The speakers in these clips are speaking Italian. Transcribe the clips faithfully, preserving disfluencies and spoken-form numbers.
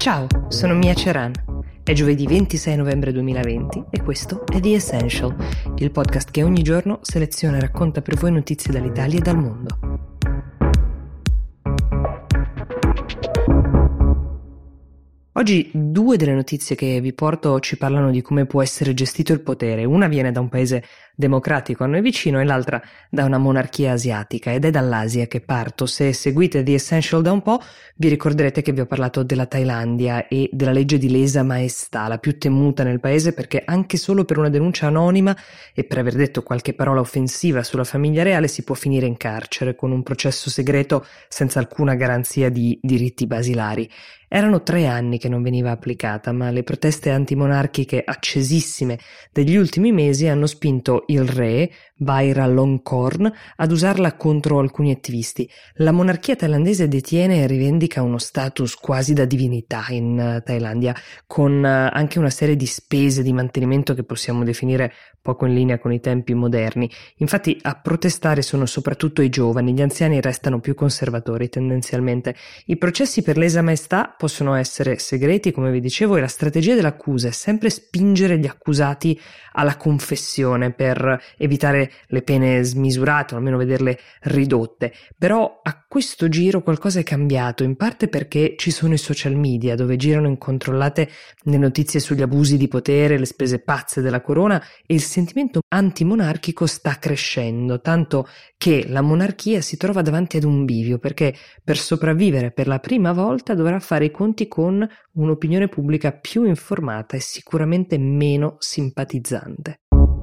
Ciao, sono Mia Ceran. È giovedì ventisei novembre duemilaventi e questo è The Essential, il podcast che ogni giorno seleziona e racconta per voi notizie dall'Italia e dal mondo. Oggi due delle notizie che vi porto ci parlano di come può essere gestito il potere. Una viene da un paese democratico a noi vicino e l'altra da una monarchia asiatica, ed è dall'Asia che parto. Se seguite The Essential da un po' vi ricorderete che vi ho parlato della Thailandia e della legge di lesa maestà, la più temuta nel paese perché anche solo per una denuncia anonima e per aver detto qualche parola offensiva sulla famiglia reale si può finire in carcere con un processo segreto senza alcuna garanzia di diritti basilari. Erano tre anni che non veniva applicata, ma le proteste antimonarchiche accesissime degli ultimi mesi hanno spinto il re, Vajiralongkorn, ad usarla contro alcuni attivisti. La monarchia thailandese detiene e rivendica uno status quasi da divinità in Thailandia, con anche una serie di spese di mantenimento che possiamo definire poco in linea con i tempi moderni. Infatti a protestare sono soprattutto i giovani, gli anziani restano più conservatori tendenzialmente. I processi per lesa maestà possono essere segreti, come vi dicevo, e la strategia dell'accusa è sempre spingere gli accusati alla confessione per evitare le pene smisurate o almeno vederle ridotte. Però a questo giro qualcosa è cambiato, in parte perché ci sono i social media dove girano incontrollate le notizie sugli abusi di potere, le spese pazze della corona, e il sentimento antimonarchico sta crescendo, tanto che la monarchia si trova davanti ad un bivio perché per sopravvivere per la prima volta dovrà fare i conti con un'opinione pubblica più informata e sicuramente meno simpatizzante.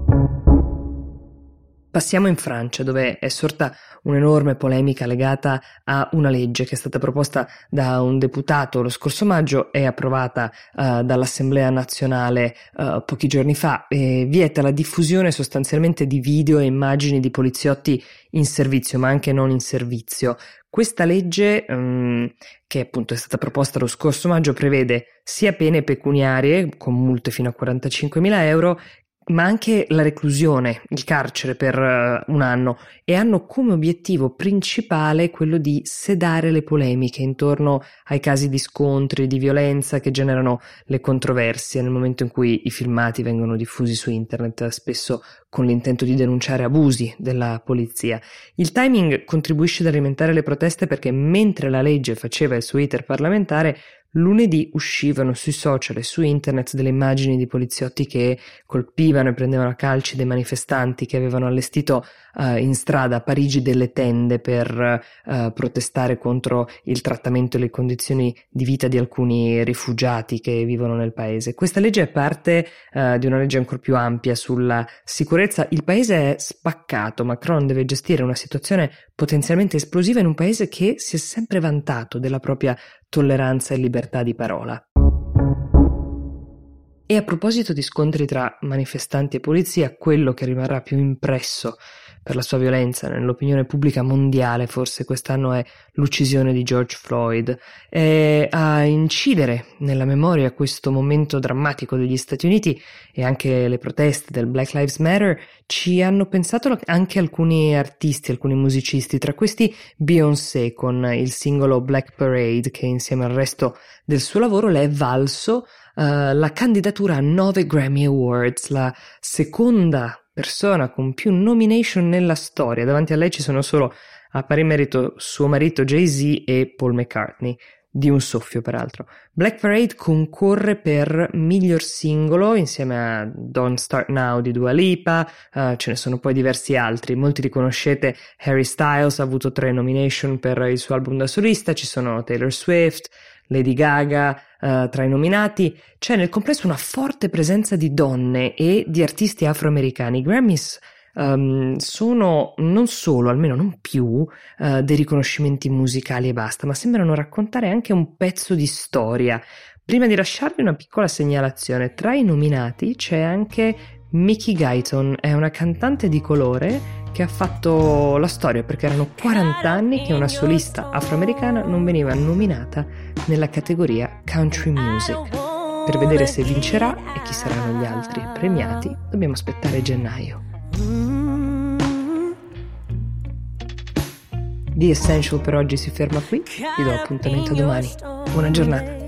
Passiamo in Francia, dove è sorta un'enorme polemica legata a una legge che è stata proposta da un deputato lo scorso maggio e approvata uh, dall'Assemblea nazionale uh, pochi giorni fa, e vieta la diffusione sostanzialmente di video e immagini di poliziotti in servizio, ma anche non in servizio. Questa legge, um, che appunto è stata proposta lo scorso maggio, prevede sia pene pecuniarie, con multe fino a quarantacinquemila euro, ma anche la reclusione, il carcere per uh, un anno, e hanno come obiettivo principale quello di sedare le polemiche intorno ai casi di scontri, di violenza che generano le controversie nel momento in cui i filmati vengono diffusi su internet, spesso con l'intento di denunciare abusi della polizia. Il timing contribuisce ad alimentare le proteste perché mentre la legge faceva il suo iter parlamentare, lunedì uscivano sui social e su internet delle immagini di poliziotti che colpivano e prendevano a calci dei manifestanti che avevano allestito uh, in strada a Parigi delle tende per uh, protestare contro il trattamento e le condizioni di vita di alcuni rifugiati che vivono nel paese. Questa legge è parte uh, di una legge ancora più ampia sulla sicurezza. Il paese è spaccato, Macron deve gestire una situazione potenzialmente esplosiva in un paese che si è sempre vantato della propria tolleranza e libertà di parola. E a proposito di scontri tra manifestanti e polizia, quello che rimarrà più impresso per la sua violenza nell'opinione pubblica mondiale forse quest'anno è l'uccisione di George Floyd. E a incidere nella memoria questo momento drammatico degli Stati Uniti e anche le proteste del Black Lives Matter ci hanno pensato anche alcuni artisti, alcuni musicisti, tra questi Beyoncé con il singolo Black Parade, che insieme al resto del suo lavoro le è valso Uh, la candidatura a nove Grammy Awards, la seconda persona con più nomination nella storia. Davanti a lei ci sono solo, a pari merito, suo marito Jay-Z e Paul McCartney, di un soffio peraltro. Black Parade concorre per miglior singolo insieme a Don't Start Now di Dua Lipa, uh, ce ne sono poi diversi altri, molti li conoscete. Harry Styles ha avuto tre nomination per il suo album da solista, ci sono Taylor Swift, Lady Gaga uh, tra i nominati. C'è nel complesso una forte presenza di donne e di artisti afroamericani. I Grammys um, sono non solo, almeno non più, uh, dei riconoscimenti musicali e basta, ma sembrano raccontare anche un pezzo di storia. Prima di lasciarvi una piccola segnalazione: tra i nominati c'è anche Mickey Guyton, è una cantante di colore che ha fatto la storia perché erano quaranta anni che una solista afroamericana non veniva nominata nella categoria Country Music. Per vedere se vincerà e chi saranno gli altri premiati dobbiamo aspettare gennaio. The Essential per oggi si ferma qui, vi do appuntamento domani. Buona giornata.